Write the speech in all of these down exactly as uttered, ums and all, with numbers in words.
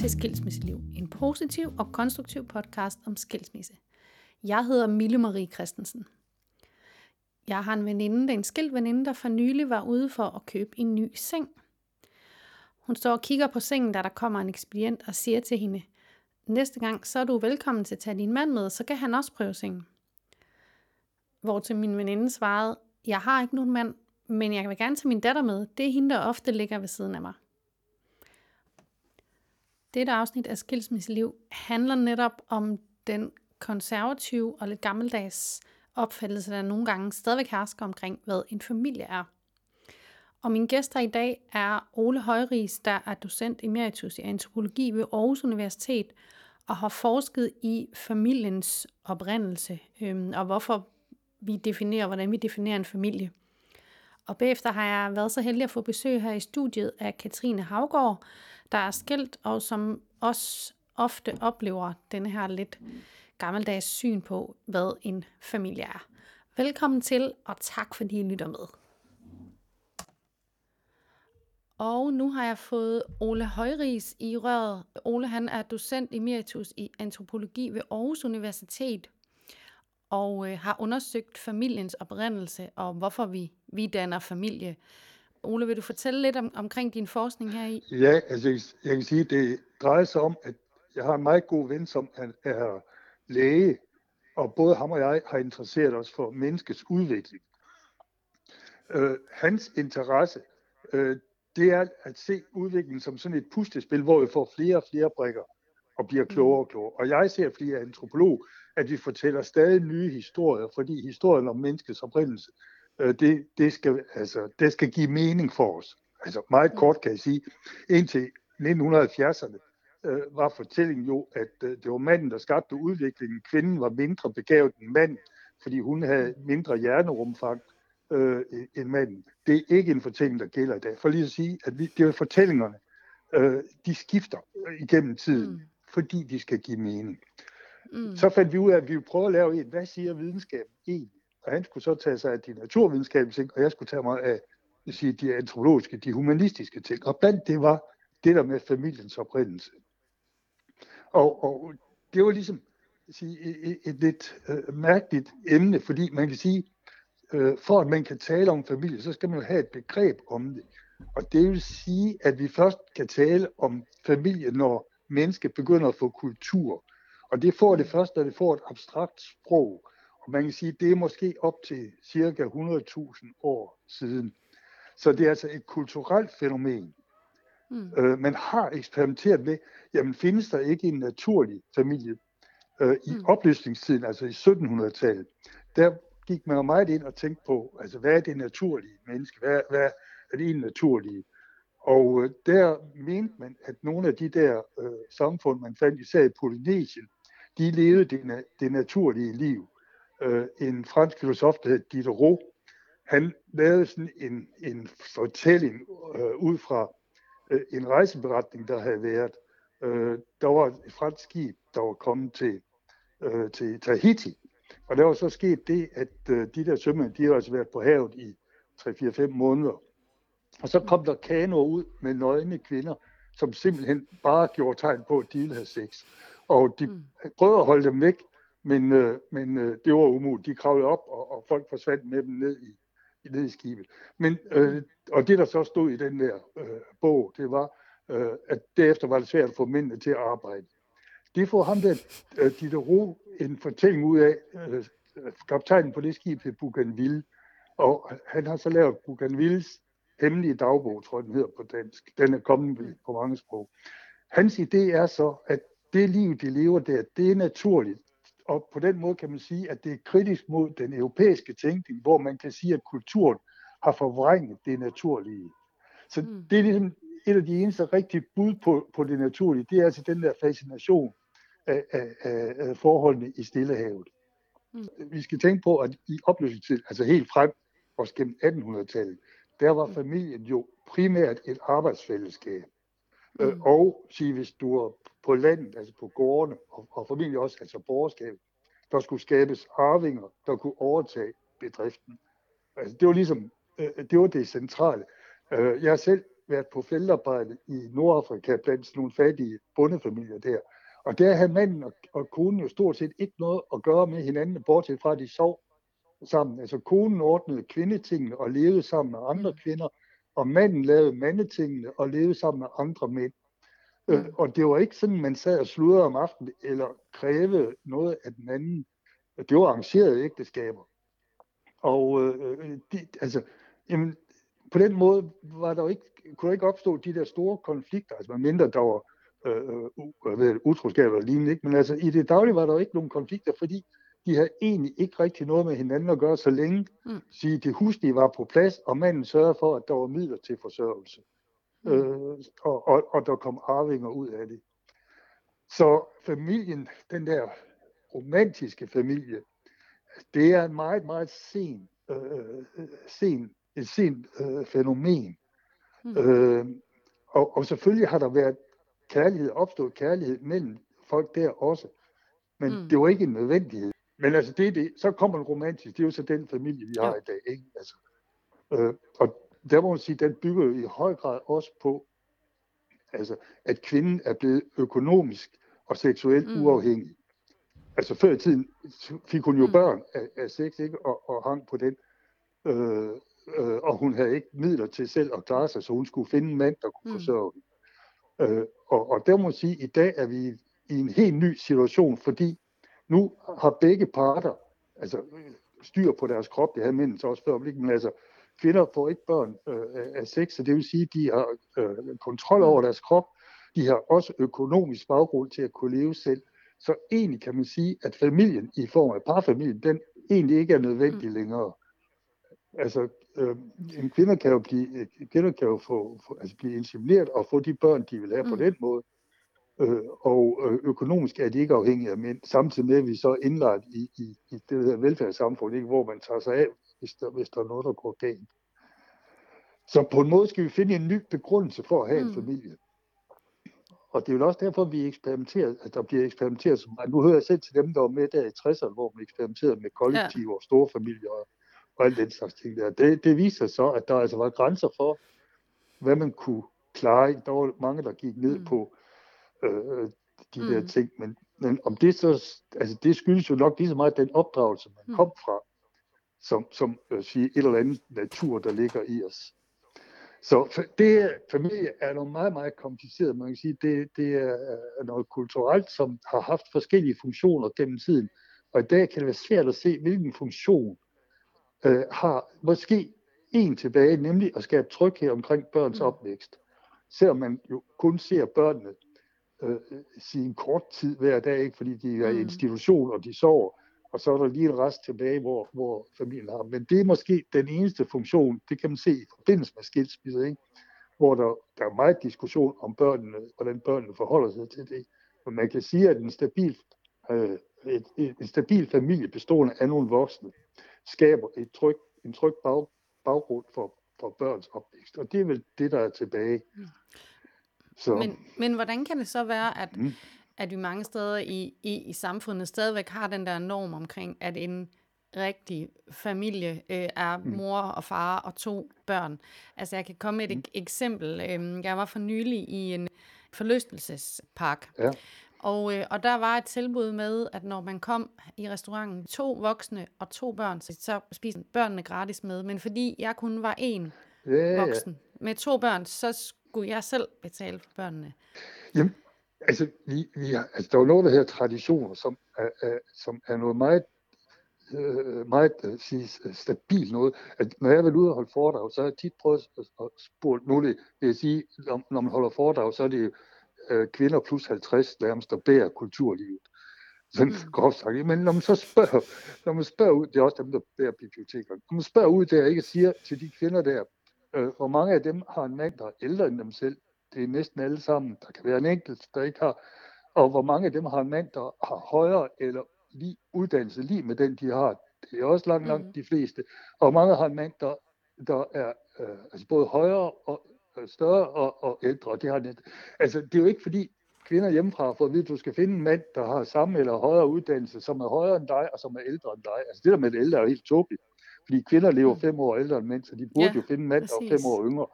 til Skilsmisseliv, en positiv og konstruktiv podcast om skilsmisse. Jeg hedder Mille Marie Christensen. Jeg har en veninde, der er en skilt veninde, der for nylig var ude for at købe en ny seng. Hun står og kigger på sengen, da der kommer en ekspedient og siger til hende, næste gang så er du velkommen til at tage din mand med, så kan han også prøve sengen. Hvor til min veninde svarede, jeg har ikke nogen mand, men jeg vil gerne tage min datter med. Det er hende, der ofte ligger ved siden af mig. Dette afsnit af Skilsmisseliv handler netop om den konservative og lidt gammeldags opfattelse, der nogle gange stadigvæk hersker omkring, hvad en familie er. Og mine gæster i dag er Ole Højriis, der er docent emeritus i antropologi ved Aarhus Universitet og har forsket i familiens oprindelse øhm, og hvorfor vi definerer, hvordan vi definerer en familie. Og bagefter har jeg været så heldig at få besøg her i studiet af Katrine Haugaard, der er skilt og som også ofte oplever denne her lidt gammeldags syn på, hvad en familie er. Velkommen til, og tak fordi I lytter med. Og nu har jeg fået Ole Højriis i røret. Ole han er docent emeritus i antropologi ved Aarhus Universitet og øh, har undersøgt familiens oprindelse og hvorfor vi, vi danner familie. Ole, vil du fortælle lidt om, omkring din forskning her i? Ja, altså jeg, jeg kan sige, at det drejer sig om, at jeg har en meget god ven, som er, er læge, og både ham og jeg har interesseret os for menneskets udvikling. Øh, hans interesse, øh, det er at se udviklingen som sådan et puslespil, hvor vi får flere og flere brikker og bliver klogere og klogere. Og jeg ser, fordi jeg er antropolog, at vi fortæller stadig nye historier, fordi historien om menneskets oprindelse, øh, det, det, skal, altså, det skal give mening for os. Altså meget kort kan jeg sige, indtil nitten halvfjerdserne øh, var fortællingen jo, at øh, det var manden, der skabte udviklingen. Kvinden var mindre begavet end manden, fordi hun havde mindre hjernerumfang øh, end manden. Det er ikke en fortælling, der gælder i dag. For lige at sige, at vi, det er fortællingerne, øh, de skifter igennem tiden, mm. fordi de skal give mening. Mm. Så fandt vi ud af, at vi ville prøve at lave en, hvad siger videnskaben egentlig? Og han skulle så tage sig af de naturvidenskabelige ting, og jeg skulle tage mig af sige, de antropologiske, de humanistiske ting. Og blandt det var det der med familiens oprindelse. Og, og det var ligesom sige, et, et lidt øh, mærkeligt emne, fordi man kan sige, øh, for at man kan tale om familie, så skal man jo have et begreb om det. Og det vil sige, at vi først kan tale om familie, når mennesket begynder at få kultur. Og det får det først, når det får et abstrakt sprog. Og man kan sige, at det er måske op til cirka hundrede tusind år siden. Så det er altså et kulturelt fænomen. Mm. Øh, man har eksperimenteret med, jamen findes der ikke en naturlig familie? Øh, I mm. oplysningstiden, altså i sytten hundrede-tallet, der gik man jo meget ind og tænkte på, altså hvad er det naturlige menneske? Hvad, hvad er det en naturlige? Og øh, der mente man, at nogle af de der øh, samfund, man fandt især i Polynesien, de levede det, det naturlige liv. Øh, en fransk filosof, der hed Diderot, han lavede sådan en, en fortælling øh, ud fra øh, en rejseberetning, der havde været. Øh, der var et fransk skib, der var kommet til, øh, til Tahiti. Og der var så sket det, at øh, de der sømænd, de har altså været på havet i tre fire fem måneder. Og så kom der kanoer ud med nøgne kvinder, som simpelthen bare gjorde tegn på, at de ville have sex. Og de mm. prøvede at holde dem væk, men, øh, men øh, det var umuligt. De kravlede op, og, og folk forsvandt med dem ned i, ned i skibet. Men, øh, og det, der så stod i den der øh, bog, det var, øh, at derefter var det svært at få mændene til at arbejde. Det får ham der, øh, Diderot, en fortælling ud af, øh, kaptajnen på det skib hed Bougainville, og han har så lavet Bougainvilles hemmelige dagbog, tror jeg, den hedder på dansk. Den er kommet på mange sprog. Hans idé er så, at det liv, de lever der, det er naturligt. Og på den måde kan man sige, at det er kritisk mod den europæiske tænkning, hvor man kan sige, at kulturen har forvrænget det naturlige. Så mm. det er ligesom et af de eneste rigtige bud på, på det naturlige. Det er altså den der fascination af, af, af forholdene i Stillehavet. Mm. Vi skal tænke på, at i oplysningstiden, altså helt frem, også gennem attenhundredetallet, der var familien jo primært et arbejdsfællesskab. Mm. Øh, og sige, hvis du var på landet, altså på gårdene, og, og formentlig også altså borgerskab, der skulle skabes arvinger, der kunne overtage bedriften. Altså det var ligesom, øh, det var det centrale. Øh, jeg har selv været på feltarbejde i Nordafrika blandt sådan nogle fattige bondefamilier der. Og der havde manden og, og konen jo stort set ikke noget at gøre med hinanden, bortset fra, at de sov sammen. Altså konen ordnede kvindetingene og levede sammen med andre kvinder, og manden lavede mandetingene og levede sammen med andre mænd. Mm. Øh, og det var ikke sådan, man sad og sludrede om aftenen, eller krævede noget af den anden. Det var arrangerede ægteskaber. Og øh, de, altså, jamen, på den måde var der ikke, kunne der ikke opstå de der store konflikter, altså mindre der var øh, utroskab eller lignende, ikke? Men altså i det daglige var der jo ikke nogen konflikter, fordi de havde egentlig ikke rigtig noget med hinanden at gøre, så længe mm. sige, det huslige var på plads, og manden sørgede for, at der var midler til forsørgelse. Mm. Øh, og, og, og der kom arvinger ud af det. Så familien, den der romantiske familie, det er en meget, meget sen, øh, sen, et sent øh, fænomen. Mm. Øh, og, og selvfølgelig har der været kærlighed, opstået kærlighed mellem folk der også. Men mm. det var ikke en nødvendighed. Men altså, det er det. Så kommer en romantisk, det er jo så den familie, vi har ja. i dag. Ikke? Altså, øh, og der må man sige, den bygger jo i høj grad også på, altså, at kvinden er blevet økonomisk og seksuelt mm. uafhængig. Altså før i tiden fik hun jo mm. børn af, af sex, ikke? Og, og hang på den. Øh, øh, og hun havde ikke midler til selv at klare sig, så hun skulle finde en mand, der kunne mm. forsørge hende. Øh, og, og der må man sige, at i dag er vi i en helt ny situation, fordi nu har begge parter altså, styr på deres krop. Det havde mændene så også før, men altså, kvinder får ikke børn øh, af sex, så det vil sige, at de har øh, kontrol over deres krop. De har også økonomisk baggrund til at kunne leve selv. Så egentlig kan man sige, at familien i form af parfamilien, den egentlig ikke er nødvendig mm. længere. Altså, øh, en kvinde kan jo blive, kvinder kan jo få, få, altså blive insemineret og få de børn, de vil have mm. på den måde. Øh, og øh, økonomisk er de ikke afhængige af mænd. Samtidig med, at vi så er indlagt i, i, i det her velfærdssamfund, ikke, hvor man tager sig af, hvis der, hvis der er noget, der går galt. Så på en måde skal vi finde en ny begrundelse for at have mm. en familie. Og det er jo også derfor, vi eksperimenterer, at der bliver eksperimenteret så meget. Nu hører jeg selv til dem, der var med der i tresserne, hvor man eksperimenterede med kollektiver ja. og store familier og, og alt den slags ting der. Det, det viser så, at der altså var grænser for, hvad man kunne klare. Der var mange, der gik ned mm. på øh, de mm. der ting. Men, men om det så, altså det skyldes jo nok lige så meget den opdragelse, man mm. kom fra, som, som øh, sige, et eller andet natur, der ligger i os. Så det familie er noget meget, meget kompliceret. Man kan sige, det, det er noget kulturelt, som har haft forskellige funktioner gennem tiden. Og i dag kan det være svært at se, hvilken funktion øh, har måske en tilbage, nemlig at skabe tryghed omkring børns mm. opvækst. Selvom man jo kun ser børnene øh, sige en kort tid hver dag, ikke, fordi de er i institution, og de sover. Og så er der lige en rest tilbage, hvor, hvor familien har. Men det er måske den eneste funktion, det kan man se i forbindelse med skilsmisse, ikke? Hvor der, der er meget diskussion om børnene, hvordan børnene forholder sig til det. Men man kan sige, at en stabil, øh, et, et, en stabil familie bestående af nogle voksne skaber et tryg, en tryg bag, baggrund for, for børns opvækst. Og det er vel det, der er tilbage. Mm. Så. Men, men hvordan kan det så være, at mm. at vi mange steder i, i, i samfundet stadigvæk har den der norm omkring, at en rigtig familie øh, er mor og far og to børn. Altså jeg kan komme med et mm. eksempel. Jeg var for nylig i en forlystelsespark, ja. og, øh, og der var et tilbud med, at når man kom i restauranten, to voksne og to børn, så, så spiste børnene gratis med. Men fordi jeg kun var én ja, voksen ja. med to børn, så skulle jeg selv betale for børnene. Jamen. Altså, vi, vi har, altså, der er jo noget, der hedder traditioner, som er, er, som er noget meget, øh, meget øh, sige, stabilt noget. At når jeg har været ude og holde foredrag, så har jeg tit prøvet at, at spurgt, nu vil jeg sige, når, når man holder foredrag, så er det øh, kvinder plus halvtreds, nærmest, der bærer kulturlivet. Sådan mm. groft sagt. Men når man så spørger, når man spørger ud, det er også dem, der bærer bibliotekerne, når man spørger ud der, ikke siger til de kvinder der, øh, hvor mange af dem har en mand, der er ældre end dem selv. Det er næsten alle sammen. Der kan være en enkelt, der ikke har. Og hvor mange af dem har en mand, der har højere eller lige uddannelse lige med den, de har. Det er også langt, langt de fleste. Og hvor mange har en mand, der, der er øh, altså både højere og øh, større og, og ældre. Og det, har net. Altså, det er jo ikke fordi kvinder hjemmefra får at vide, at du skal finde en mand, der har samme eller højere uddannelse, som er højere end dig og som er ældre end dig. Altså det der med det ældre er jo helt tåbeligt. Fordi kvinder lever fem år ældre end mænd, så de burde ja, jo finde en mand, der er fem år yngre.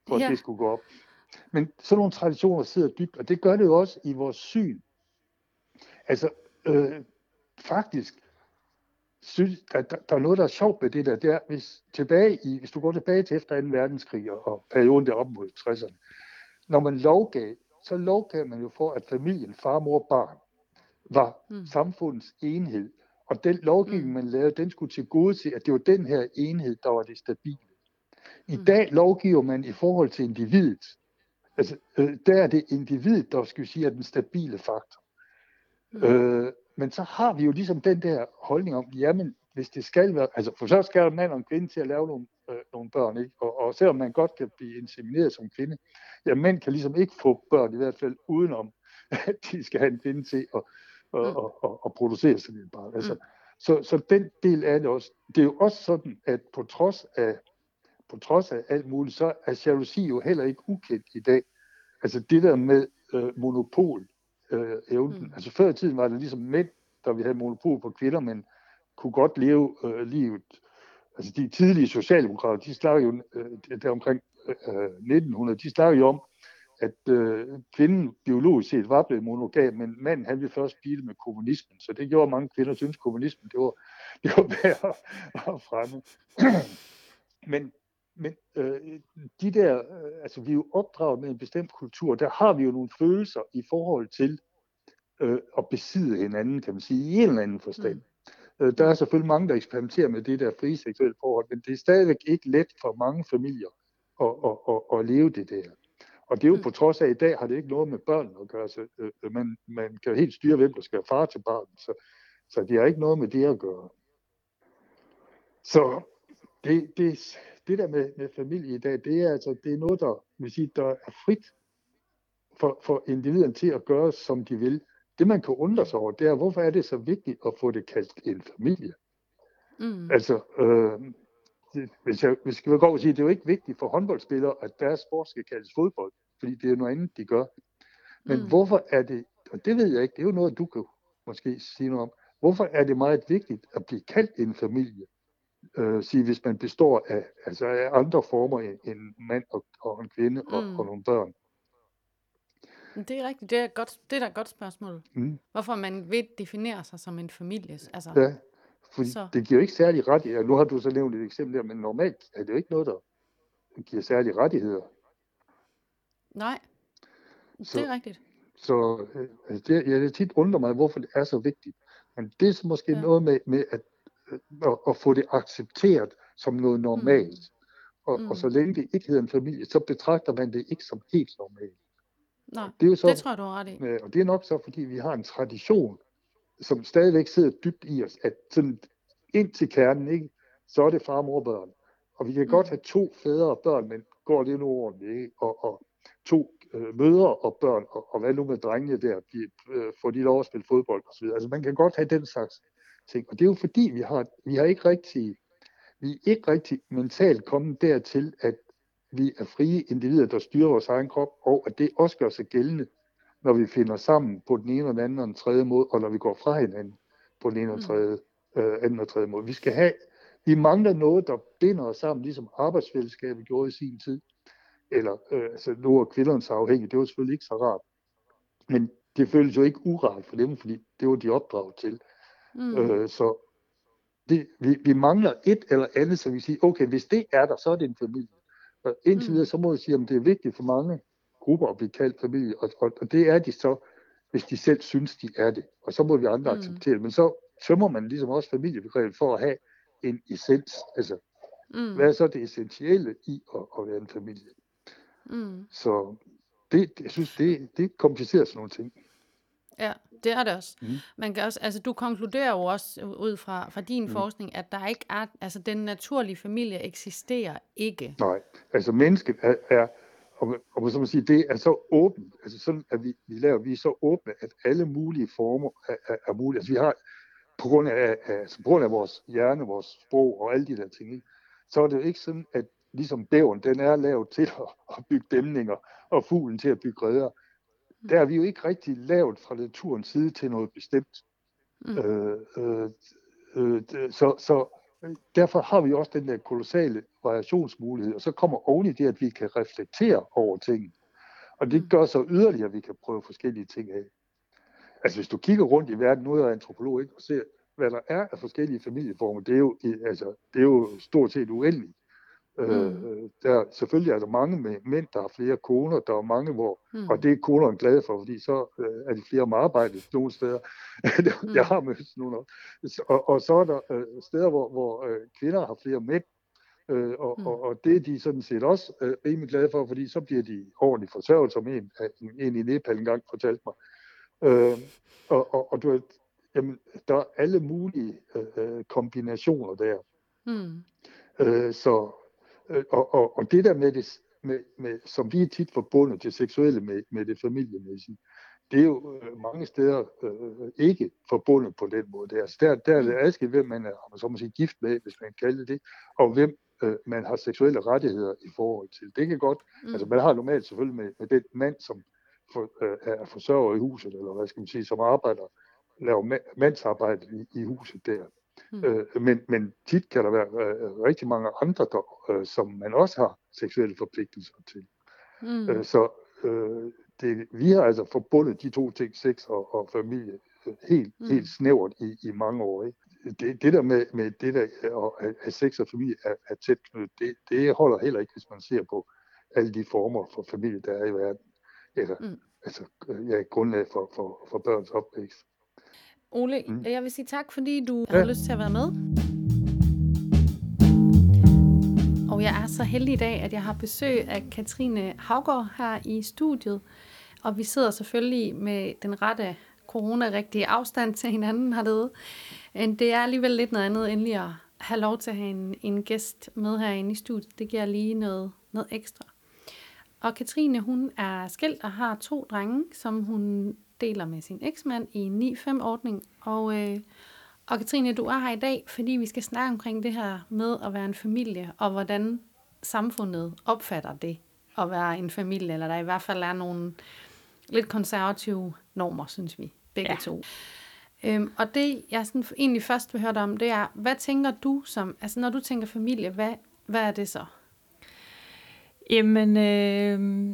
for at Ja. det skulle gå op. Men sådan nogle traditioner sidder dybt, og det gør det jo også i vores syn. Altså, øh, faktisk, synes, der, der, der er noget, der er sjovt med det der. Det er, hvis, tilbage i, hvis du går tilbage til efter anden verdenskrig og, og perioden der op mod tresserne, når man lovgav, så lovgav man jo for, at familien, far, mor, barn, var mm. samfundets enhed. Og den lovgivning, mm. man lavede, den skulle tilgodese, at det var den her enhed, der var det stabile. I mm. dag lovgiver man i forhold til individet. Altså, øh, der er det individet, der skal sige, er den stabile faktor. Mm. Øh, men så har vi jo ligesom den der holdning om, jamen, hvis det skal være, altså for så skal en mand og en kvinde til at lave nogle, øh, nogle børn, ikke? Og, og selvom man godt kan blive insemineret som kvinde, ja, mænd kan ligesom ikke få børn, i hvert fald udenom, at de skal have en kvinde til at, og, mm. og, og, og producere sådan et barn. Altså, mm. så, så den del af det også, det er jo også sådan, at på trods af, på trods af alt muligt, så er jalousi jo heller ikke ukendt i dag. Altså det der med øh, monopol, øh, evnen. Mm. Altså før i tiden var det ligesom mænd, der vi havde monopol på kvinder, men kunne godt leve øh, livet. Altså de tidlige socialdemokrater, de snakker jo øh, der omkring øh, nitten hundrede, de snakker jo om, at øh, kvinden biologisk set var blevet monogam, men manden han ville først blive med kommunismen. Så det gjorde mange kvinder, synes kommunismen, det var, det var værd at fremme. men men øh, de der, øh, altså vi er jo opdraget med en bestemt kultur, der har vi jo nogle følelser i forhold til øh, at besidde hinanden, kan man sige, i en eller anden forstand. Mm. Øh, der er selvfølgelig mange, der eksperimenterer med det der frie seksuelle forhold, men det er stadigvæk ikke let for mange familier at, at, at, at leve det der. Og det er jo mm. på trods af, at i dag har det ikke noget med børn at gøre. Så, øh, man, man kan helt styre, hvem der skal være far til barnet. Så, så det har ikke noget med det at gøre. Så det, det, det der med, med familie i dag, det er, altså, det er noget, der, vil sige, der er frit for, for individerne til at gøre, som de vil. Det man kan undre sig over, det er, hvorfor er det så vigtigt at få det kaldt en familie? Mm. Altså, øh, det, hvis jeg hvis jeg vil gå og sige, det er jo ikke vigtigt for håndboldspillere, at deres sport skal kaldes fodbold, fordi det er noget andet, de gør. Men mm. hvorfor er det, og det ved jeg ikke, det er jo noget, du kan måske sige noget om, hvorfor er det meget vigtigt at blive kaldt en familie? Øh, sige, hvis man består af, altså af andre former end en mand og, og en kvinde og, mm. og nogle børn. Det er rigtigt, det er, godt, det er da et godt spørgsmål. Mm. Hvorfor man vil definere sig som en familie. Altså, ja, fordi så. Det giver jo ikke særlige rettigheder. Nu har du så nævnt et eksempel der, men normalt er det jo ikke noget, der giver særlige rettigheder. Nej, så, det er rigtigt. Så altså det, ja, det tit undrer mig, hvorfor det er så vigtigt. Men det er så måske ja. noget med, med at, at, at få det accepteret som noget normalt. Mm. Og, mm. og så længe det ikke hedder en familie, så betragter man det ikke som helt normalt. Nej, det, er jo så, det tror jeg, du har ret i. Og det er nok så, fordi vi har en tradition, som stadigvæk sidder dybt i os, at sådan ind til kernen, ikke, så er det far, mor, børn. Og vi kan mm. godt have to fædre og børn, men går det nu ordentligt, ikke? Og, og to øh, mødre og børn, og, og hvad nu med drengene der, de, øh, får de lov at spille fodbold og så videre. Altså man kan godt have den slags ting. Og det er jo fordi, vi har, vi har ikke rigtig, vi er ikke rigtig mentalt kommet dertil, at vi er frie individer, der styrer vores egen krop, og at det også gør sig gældende, når vi finder sammen på den ene og den anden og den tredje måde, og når vi går fra hinanden på den ene og den tredje, mm. øh, anden og tredje måde. Vi skal have, vi mangler noget, der binder os sammen, ligesom arbejdsfællesskabet gjorde i sin tid. Eller, øh, altså nu er kvinderne så afhængige, det var selvfølgelig ikke så rart. Men det føles jo ikke urart for dem, fordi det var de opdraget til. Mm. Øh, så det, vi, vi mangler et eller andet, så vi siger, okay, hvis det er der, så er det en familie. Og indtil videre, mm. så må jeg sige, om det er vigtigt for mange grupper at blive kaldt familie, og, og, og det er de så, hvis de selv synes, de er det. Og så må vi andre mm. acceptere det. Men så tømmer man ligesom også familiebegrebet for at have en essens. Altså, mm. hvad er så det essentielle i at, at være en familie? Mm. Så det, jeg synes, det, det komplicerer sådan nogle ting. Ja, det er det også. Mm. Man kan også, altså du konkluderer jo også ud fra, fra din mm. forskning, at der ikke er, altså den naturlige familie eksisterer ikke. Nej, altså mennesket er, er og, og som man siger, det er så åbent, altså sådan at vi, vi laver, vi er så åbne, at alle mulige former er, er, er mulige. Altså vi har, på grund af, altså, på grund af vores hjerne, vores sprog og alle de der ting, ikke? Så er det jo ikke sådan, at ligesom bæveren, den er lavet til at, at bygge dæmninger, og fuglen til at bygge reder. Der er vi jo ikke rigtig lavet fra naturens side til noget bestemt. Mm. Øh, øh, øh, så, så derfor har vi også den der kolossale variationsmulighed, og så kommer oven i det, at vi kan reflektere over ting. Og det gør så yderligere, at vi kan prøve forskellige ting af. Altså hvis du kigger rundt i verden, nu er jeg antropolog, ikke, og ser, hvad der er af forskellige familieformer, det er jo, altså, det er jo stort set uendeligt. Mm. Øh, der, selvfølgelig er der mange med mænd, der har flere koner, der er mange, hvor, mm. og det er konerne glade for, fordi så øh, er de flere om arbejde nogle steder. mm. Jeg har mødt nogle og, og, og så er der øh, steder, hvor, hvor øh, kvinder har flere mænd, øh, og, mm. og, og det er de sådan set også øh, rimelig glade for, fordi så bliver de ordentligt forsørget, som en, en, en i Nepal engang fortalte mig. Øh, og, og, og du ved, jamen, der er alle mulige øh, kombinationer der. Mm. Øh, så Og, og, og det der med det, med, med, som vi er tit forbundet til seksuelle med, med det familiemæssige, det er jo øh, mange steder øh, ikke forbundet på den måde. Der, altså der, der er det adskilt, hvem man er så må sige, gift med, hvis man kalder det, og hvem øh, man har seksuelle rettigheder i forhold til. Det kan godt, mm. altså man har normalt selvfølgelig med, med den mand, som for, øh, er forsørger i huset, eller hvad skal man sige, som arbejder, laver mandsarbejde i, i huset der. Mm. Øh, men, men tit kan der være øh, rigtig mange andre, der, øh, som man også har seksuelle forpligtelser til. Mm. Øh, så øh, det, vi har altså forbundet de to ting, sex og, og familie, øh, helt, mm. helt snævert i, i mange år. Ikke? Det, det der med, med det der, at, at sex og familie er, er tæt knyttet, det, det holder heller ikke, hvis man ser på alle de former for familie, der er i verden. Eller mm. altså, ja, grundlag for, for, for børns opvækst. Ole, mm. jeg vil sige tak, fordi du ja. havde lyst til at være med. Og jeg er så heldig i dag, at jeg har besøg af Katrine Haugaard her i studiet. Og vi sidder selvfølgelig med den rette corona-rigtige afstand til hinanden hernede. Men det er alligevel lidt noget andet, end lige at have lov til at have en, en gæst med herinde i studiet. Det giver lige noget, noget ekstra. Og Katrine, hun er skilt og har to drenge, som hun deler med sin eksmand i en ni fem ordning. Og, øh, og Katrine, du er her i dag, fordi vi skal snakke omkring det her med at være en familie, og hvordan samfundet opfatter det at være en familie, eller der i hvert fald er nogle lidt konservative normer, synes vi, begge ja. to. Øhm, og det, jeg sådan egentlig først vil høre dig om, det er, hvad tænker du som, altså når du tænker familie, hvad, hvad er det så? Jamen, øh,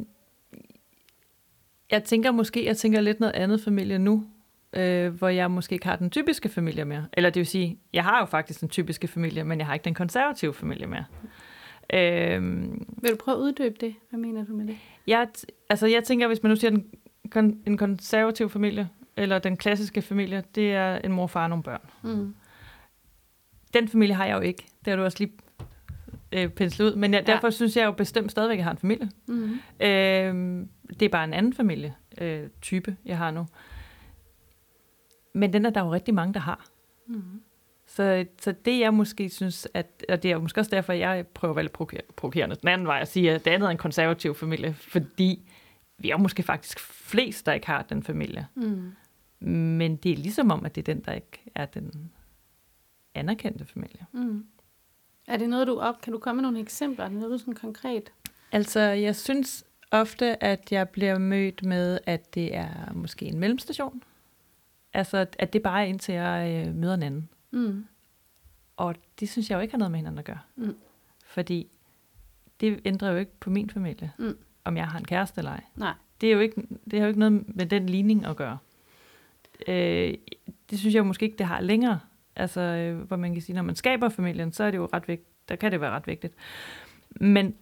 jeg tænker måske, jeg tænker lidt noget andet familie nu, øh, hvor jeg måske ikke har den typiske familie mere. Eller det vil sige, jeg har jo faktisk den typiske familie, men jeg har ikke den konservative familie mere. Øh, vil du prøve at uddybe det? Hvad mener du med det? Jeg, altså jeg tænker, hvis man nu siger den, kon, en konservativ familie, eller den klassiske familie, det er en mor, far og nogle børn. Mm. Den familie har jeg jo ikke. Det har du også lige øh, penslet ud. Men jeg, ja. derfor synes jeg jo bestemt stadigvæk, at jeg har en familie. Mm. Øh, det er bare en anden familie øh, type, jeg har nu. Men den er der jo rigtig mange, der har. Mm. Så, så det jeg måske synes, at, og det er måske også derfor, at jeg prøver at være provokerende den anden vej at sige, at det andet er en konservativ familie, fordi vi er måske faktisk flest, der ikke har den familie. Mm. Men det er ligesom om, at det er den, der ikke er den anerkendte familie. Mm. Er det noget, du op? Kan du komme med nogle eksempler? Er det noget, du sådan konkret? Altså, jeg synes ofte, at jeg bliver mødt med, at det er måske en mellemstation. Altså, at det bare er indtil jeg øh, møder en anden. Mm. Og det synes jeg jo ikke har noget med hinanden at gøre. Mm. Fordi det ændrer jo ikke på min familie, mm. om jeg har en kæreste eller ej. Nej. Det er jo ikke, det har jo ikke noget med den ligning at gøre. Øh, det synes jeg jo måske ikke, det har længere. Altså, øh, hvor man kan sige, når man skaber familien, så er det jo ret vigtigt. Der kan det være ret vigtigt. Men,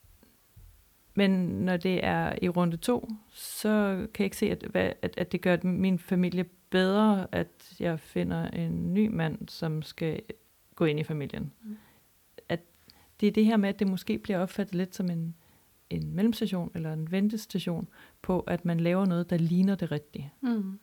men når det er i runde to, så kan jeg ikke se, at, at, at det gør min familie bedre, at jeg finder en ny mand, som skal gå ind i familien. Mm. At det er det her med, at det måske bliver opfattet lidt som en, en mellemstation eller en ventestation på, at man laver noget, der ligner det rigtige. Mm.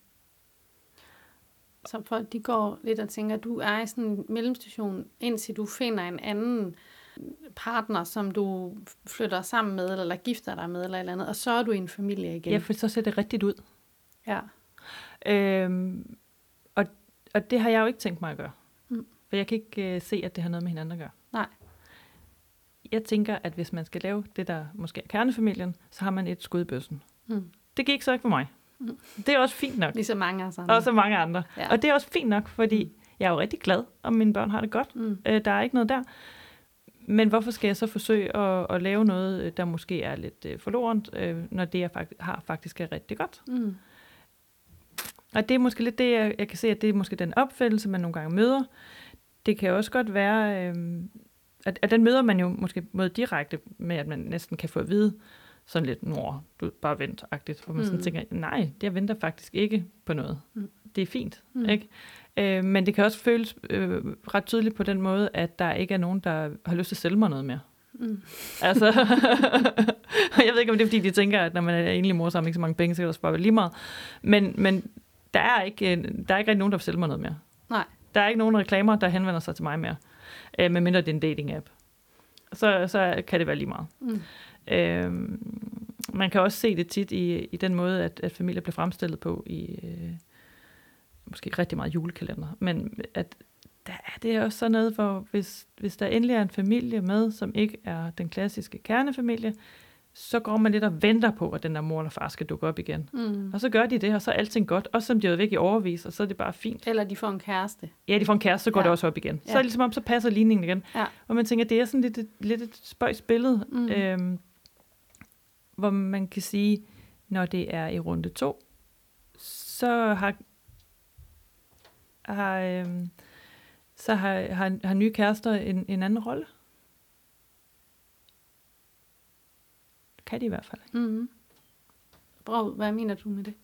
Så folk, de går lidt og tænker, at du er i sådan en mellemstation, indtil du finder en anden partner, som du flytter sammen med, eller gifter dig med, eller et eller andet, og så er du i en familie igen. Ja, for så ser det rigtigt ud. Ja. Øhm, og, og det har jeg jo ikke tænkt mig at gøre. Mm. For jeg kan ikke uh, se, at det har noget med hinanden at gøre. Nej. Jeg tænker, at hvis man skal lave det, der måske er kernefamilien, så har man et skud i bøssen. Mm. Det gik så ikke for mig. Mm. Det er også fint nok. Ligesom mange andre. Og så mange andre. Ja. Og det er også fint nok, fordi Jeg er jo rigtig glad, om mine børn har det godt. Mm. Øh, der er ikke noget der. Men hvorfor skal jeg så forsøge at, at lave noget, der måske er lidt øh, forlorent, øh, når det, jeg fakt- har, faktisk er rigtig godt? Mm. Og det er måske lidt det, jeg, jeg kan se, at det er måske den opfattelse, man nogle gange møder. Det kan også godt være, øh, at, at den møder man jo måske måde direkte med, at man næsten kan få at vide, sådan lidt, nord, du bare vent-agtigt, hvor man mm. sådan tænker, nej, jeg venter faktisk ikke på noget. Mm. Det er fint, mm. ikke? Øh, men det kan også føles øh, ret tydeligt på den måde, at der ikke er nogen, der har lyst til at sælge mig noget mere. Mm. Altså, jeg ved ikke, om det er, fordi de tænker, at når man er enlig mor, så har man ikke så mange penge, så kan der spare lige meget. Men, men der er ikke, der er ikke rigtig nogen, der vil sælge mig noget mere. Nej. Der er ikke nogen reklamer, der henvender sig til mig mere, øh, medmindre det er en dating-app. Så, så kan det være lige meget. Mm. Øh, man kan også se det tit i, i den måde, at, at familier bliver fremstillet på i øh, måske rigtig meget julekalender. Men at der er det også sådan noget, hvor hvis, hvis der endelig er en familie med, som ikke er den klassiske kernefamilie, så går man lidt og venter på, at den der mor eller far skal dukke op igen. Mm. Og så gør de det, og så er alting godt. Også som de er væk i overvis, og så er det bare fint. Eller de får en kæreste. Ja, de får en kæreste, så går ja. det også op igen. Ja. Så er det ligesom om, så passer ligningen igen. Ja. Og man tænker, det er sådan lidt et, lidt et spøjs billede, mm. øhm, hvor man kan sige, når det er i runde to, så har, har, øhm, så har, har, har nye kærester en, en anden rolle. Kan de i hvert fald. Mm. Bro, hvad mener du med det?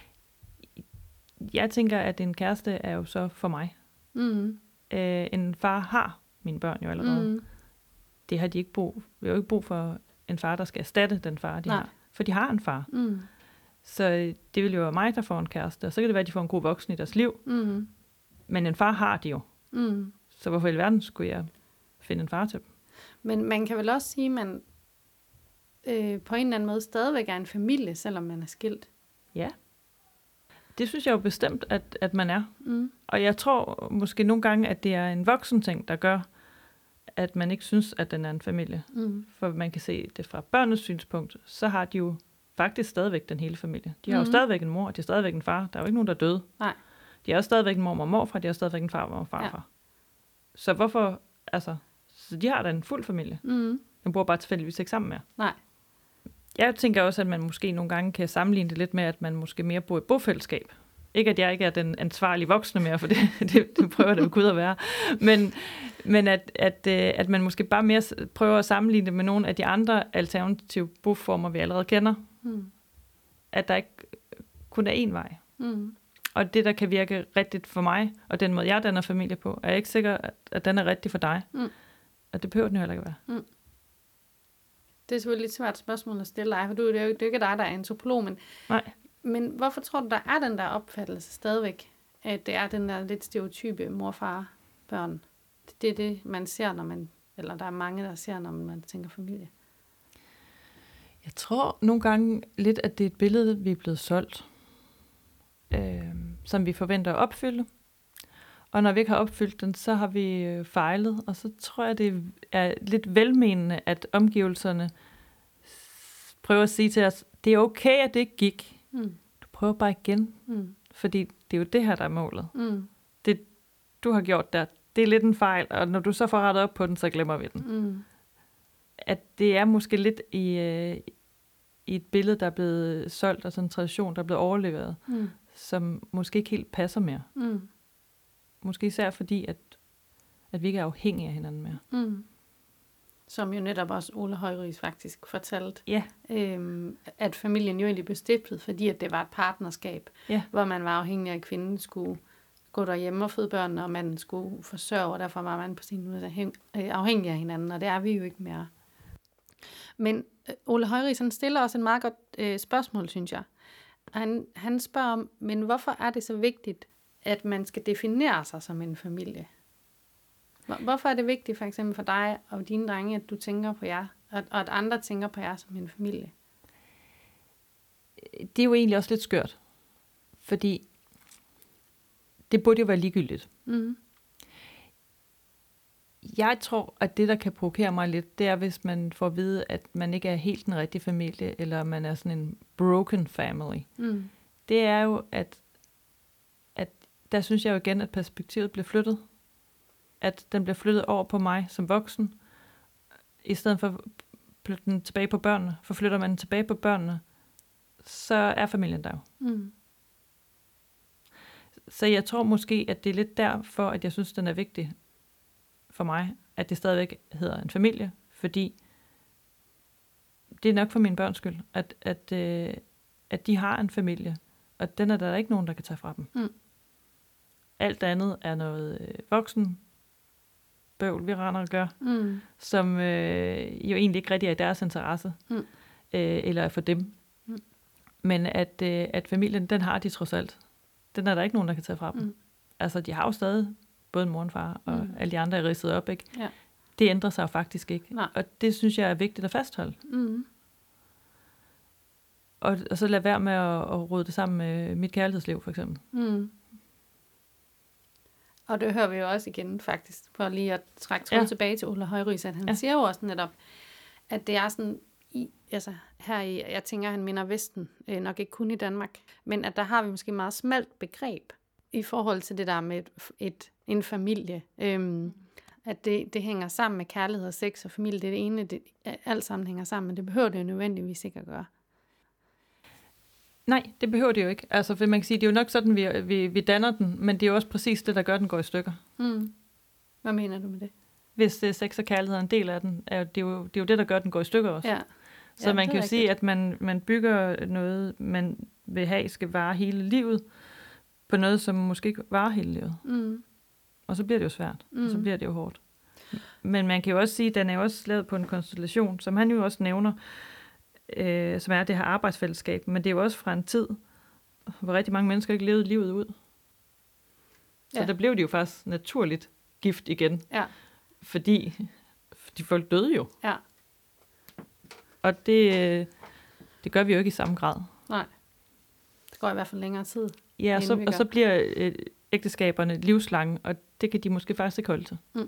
Jeg tænker, at en kæreste er jo så for mig. Mm. Øh, en far har mine børn jo allerede. Mm. Det har de ikke brug. Vi har jo ikke brug for en far, der skal erstatte den far, de Nej. har. For de har en far. Mm. Så det vil jo være mig, der får en kæreste. Og så kan det være, at de får en god voksen i deres liv. Mm. Men en far har de jo. Mm. Så hvorfor i alverden skulle jeg finde en far til dem? Men man kan vel også sige, at man øh, på en eller anden måde stadigvæk er en familie, selvom man er skilt. Ja. Det synes jeg jo bestemt, at, at man er. Mm. Og jeg tror måske nogle gange, at det er en voksen ting, der gør, at man ikke synes, at den er en familie. Mm. For man kan se det fra børnenes synspunkt, så har de jo faktisk stadigvæk den hele familie. De har mm. jo stadigvæk en mor, og de har stadigvæk en far. Der er jo ikke nogen, der er døde. Nej. De har også stadigvæk en mor og morfar, de har stadigvæk en far og farfar. Ja. Så hvorfor, altså, så de har da en fuld familie. Mm. Den bor bare tilfældigvis ikke sammen med. Nej. Jeg tænker også, at man måske nogle gange kan sammenligne det lidt med, at man måske mere bor i bofællesskab. Ikke, at jeg ikke er den ansvarlige voksne mere, for det, det, det prøver det jo Gud at være. Men, men at, at, at man måske bare mere prøver at sammenligne det med nogle af de andre alternative boformer, vi allerede kender. Mm. At der ikke kun er én vej. Mm. Og det, der kan virke rigtigt for mig, og den måde, jeg danner familie på, er jeg ikke sikker, at, at den er rigtig for dig. Mm. Og det behøver den jo heller ikke være. Mm. Det er selvfølgelig et svært spørgsmål at stille dig, for du, det er jo det er ikke dig, der er antropolog, men, Nej. men hvorfor tror du, der er den der opfattelse stadigvæk, at det er den der lidt stereotype mor-far-børn? Det er det, man ser, når man, eller der er mange, der ser, når man tænker familie. Jeg tror nogle gange lidt, at det er et billede, vi er blevet solgt, øh, som vi forventer at opfylde. Og når vi ikke har opfyldt den, så har vi fejlet. Og så tror jeg, det er lidt velmenende, at omgivelserne prøver at sige til os, det er okay, at det ikke gik. Mm. Du prøver bare igen. Mm. Fordi det er jo det her, der er målet. Mm. Det, du har gjort der, det er lidt en fejl. Og når du så får rettet op på den, så glemmer vi den. Mm. At det er måske lidt i, øh, i et billede, der er blevet solgt, og sådan en tradition, der er blevet overleveret, mm. som måske ikke helt passer mere. Mm. Måske især fordi, at, at vi ikke er afhængige af hinanden mere. Mm. Som jo netop også Ole Højris faktisk fortalte, ja. øhm, at familien jo egentlig blev stiftet, fordi at det var et partnerskab, ja. hvor man var afhængig af, at kvinden skulle gå derhjemme og føde børnene, og manden skulle forsørge, og derfor var man på sin måde afhængig af hinanden, og det er vi jo ikke mere. Men Ole Højris, han stiller også en meget godt øh, spørgsmål, synes jeg. Han, han spørger om, men hvorfor er det så vigtigt, at man skal definere sig som en familie? Hvorfor er det vigtigt for eksempel for dig og dine drenge, at du tænker på jer, og at andre tænker på jer som en familie? Det er jo egentlig også lidt skørt, fordi det burde jo være ligegyldigt. Mm. Jeg tror, at det, der kan provokere mig lidt, det er, hvis man får at vide, at man ikke er helt den rigtige familie, eller man er sådan en broken family. Mm. Det er jo, at der synes jeg jo igen, at perspektivet bliver flyttet. At den bliver flyttet over på mig som voksen, i stedet for at flytte den tilbage på børnene. For flytter man den tilbage på børnene, så er familien der jo. Mm. Så jeg tror måske, at det er lidt derfor, at jeg synes, den er vigtig for mig, at det stadigvæk hedder en familie, fordi det er nok for mine børns skyld, at, at, øh, at de har en familie, og den er der ikke nogen, der kan tage fra dem. Mm. Alt andet er noget øh, voksen bøvl, vi render og gør, Mm. som øh, jo egentlig ikke rigtig er i deres interesse, Mm. øh, eller er for dem. Mm. Men at, øh, at familien, den har de trods alt. Den er der ikke nogen, der kan tage fra dem. Mm. Altså, de har jo stadig både mor og far, og Mm. alle de andre er ridset op, ikke? Ja. Det ændrer sig jo faktisk ikke. Nej. Og det synes jeg er vigtigt at fastholde. Mm. Og, og så lade være med at, at rode det sammen med mit kærlighedsliv, for eksempel. Mm. Og det hører vi jo også igen, faktisk, for lige at trække tråd Ja. tilbage til Ulla Højrys, at han Ja. siger jo også netop, at det er sådan, i, altså her i, jeg tænker, han mener Vesten, øh, nok ikke kun i Danmark, men at der har vi måske meget smalt begreb i forhold til det der med et, et, en familie. Øhm, at det, det hænger sammen med kærlighed og sex og familie, det er det ene, det, alt sammen hænger sammen, men det behøver det jo nødvendigvis ikke at gøre. Nej, det behøver det jo ikke. Altså, for man kan sige, det er jo nok sådan, vi, vi, vi danner den, men det er jo også præcis det, der gør, den går i stykker. Mm. Hvad mener du med det? Hvis det er sex og kærlighed er en del af den, er det, er jo, det er jo det, der gør, den går i stykker også. Ja. Så Ja, man det kan er jo sige, at man, man bygger noget, man vil have, skal vare hele livet, på noget, som måske ikke varer hele livet. Mm. Og så bliver det jo svært, Mm. og så bliver det jo hårdt. Men man kan jo også sige, at den er jo også lavet på en konstellation, som han jo også nævner, øh, som er det her arbejdsfællesskab. Men det er jo også fra en tid, hvor rigtig mange mennesker ikke levede livet ud. Så Ja. der blev de jo faktisk naturligt gift igen. Ja. Fordi de folk døde jo. Ja. Og det, øh, det gør vi jo ikke i samme grad. Nej. Det går i hvert fald længere tid. Ja, og Inden så, vi og gør. så bliver øh, ægteskaberne livslange, og det kan de måske faktisk ikke holde til. Mm.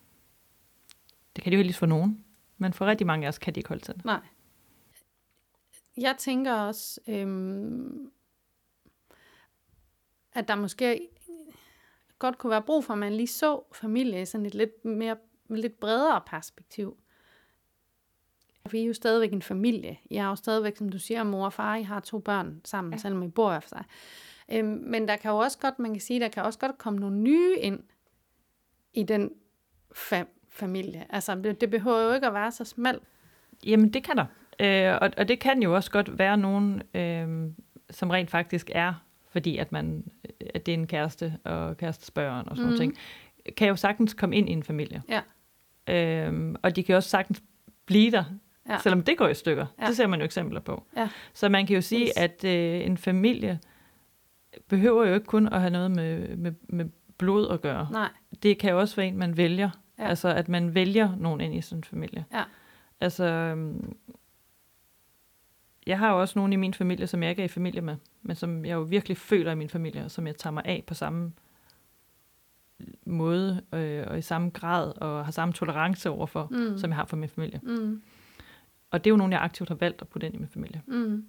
Det kan de jo heldigvis for nogen, men for rigtig mange af os kan de ikke holde til det. Nej. Jeg tænker også, øhm, at der måske godt kunne være brug for, at man lige så familie i sådan et lidt mere, lidt bredere perspektiv. For I er jo stadigvæk en familie. I har jo stadigvæk, som du siger, mor og far, I har to børn sammen, ja. Selvom I bor hver for sig. Øhm, men der kan jo også godt, man kan sige, der kan også godt komme nogle nye ind i den fa- familie. Altså, det, det behøver jo ikke at være så smalt. Jamen, det kan der. Øh, og, og det kan jo også godt være nogen, øh, som rent faktisk er, fordi at, man, at det er en kæreste og kærestespørgen og sådan Mhm. noget ting, kan jo sagtens komme ind i en familie. Ja. Øh, og de kan også sagtens blive der, Ja. selvom det går i stykker. Ja. Det ser man jo eksempler på. Ja. Så man kan jo sige, Yes. at øh, en familie behøver jo ikke kun at have noget med, med, med blod at gøre. Nej. Det kan jo også være en, man vælger. Ja. Altså, at man vælger nogen ind i sådan en familie. Ja. Altså, øhm, jeg har jo også nogen i min familie, som jeg ikke er i familie med, men som jeg jo virkelig føler i min familie, og som jeg tager mig af på samme måde, øh, og i samme grad, og har samme tolerance overfor, Mm. som jeg har for min familie. Mm. Og det er jo nogen, jeg aktivt har valgt at putte ind i min familie. Mm.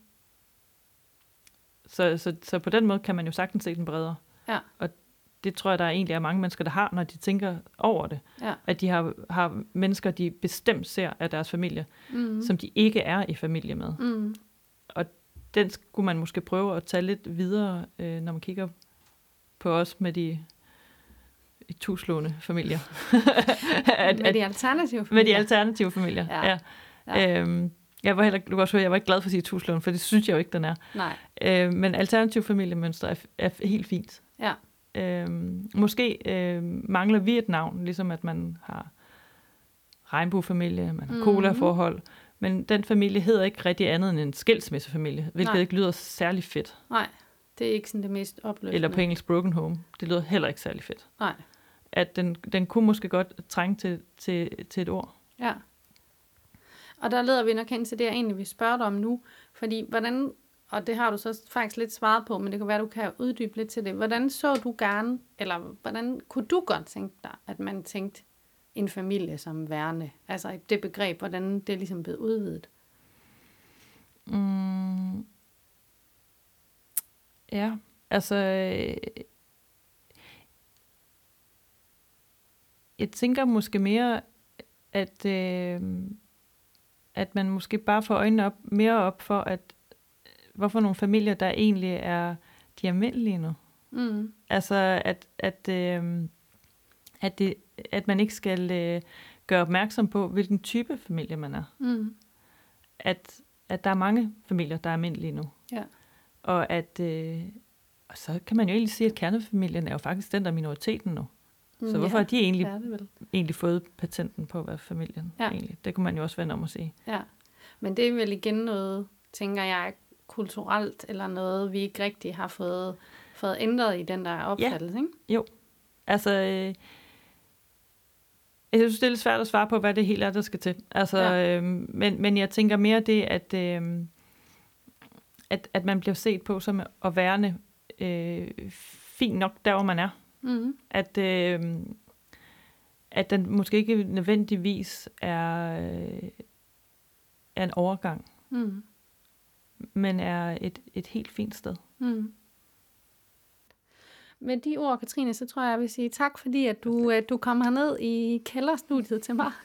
Så, så, så på den måde kan man jo sagtens se den bredere. Ja. Og det tror jeg, der er egentlig er mange mennesker, der har, når de tænker over det. Ja. At de har, har mennesker, de bestemt ser af deres familie, Mm. som de ikke er i familie med. Mm. Den skulle man måske prøve at tage lidt videre, øh, når man kigger på os med de i tuslående familier. at, Med de alternative med familier. de alternative familier, Ja. ja. Ja. Øhm, jeg var heller, du kan også høre, jeg var ikke glad for at sige tuslående, for det synes jeg jo ikke, den er. Nej. Øh, men alternative familiemønstre er, er helt fint. Ja. Øhm, måske øh, mangler vi et navn, ligesom at man har regnbuefamilie, man har Mhm. cola-forhold, men den familie hedder ikke rigtig andet end en skilsmissefamilie, hvilket Nej. ikke lyder særlig fedt. Nej. Det er ikke sådan det mest opløsende. Eller på engelsk broken home. Det lyder heller ikke særlig fedt. Nej. At den, den kunne måske godt trænge til, til, til et ord. Ja. Og der leder vi nok hen til det, jeg egentlig vil spørge dig om nu. Fordi hvordan, og det har du så faktisk lidt svaret på, men det kan være, du kan uddybe lidt til det. Hvordan så du gerne, eller hvordan kunne du godt tænke dig, at man tænkte en familie som værende? Altså det begreb, hvordan det er ligesom blevet udvidet. Mm. Ja, altså... Øh, jeg tænker måske mere, at, øh, at man måske bare får øjnene op, mere op for, at hvorfor nogle familier, der egentlig er de almindelige nu. Mm. Altså, at, at, øh, at, det, at man ikke skal øh, gøre opmærksom på, hvilken type familie man er. Mm. At, at der er mange familier, der er almindelige nu. Ja. Og at øh, og så kan man jo egentlig sige, at kernefamilien er jo faktisk den, der er minoriteten nu. Mm, så hvorfor ja, har de egentlig, det vel. egentlig fået patenten på, hvad familien ja. egentlig? Det kunne man jo også vende om at sige. Ja, men det er vel igen noget, tænker jeg, kulturelt, eller noget, vi ikke rigtig har fået, fået ændret i den der opfattelse, ja. ikke? Jo, altså... Øh, jeg synes, det er lidt svært at svare på, hvad det helt er, der skal til. Altså, ja. øh, men, men jeg tænker mere det, at, øh, at, at man bliver set på som at værne øh, fint nok der, hvor man er. Mm-hmm. At, øh, at den måske ikke nødvendigvis er, øh, er en overgang, mm. men er et, et helt fint sted. Mm. Med de ord, Katrine, så tror jeg, jeg vil sige tak, fordi at du, at du kom herned i kælderstudiet til mig.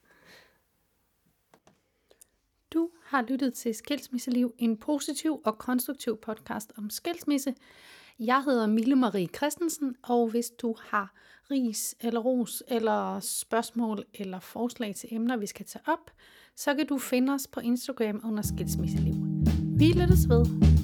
Du har lyttet til Skilsmisseliv, en positiv og konstruktiv podcast om skilsmisse. Jeg hedder Mille Marie Christensen, og hvis du har ris eller ros eller spørgsmål eller forslag til emner, vi skal tage op, så kan du finde os på Instagram under Skilsmisseliv. Vi lyttes ved.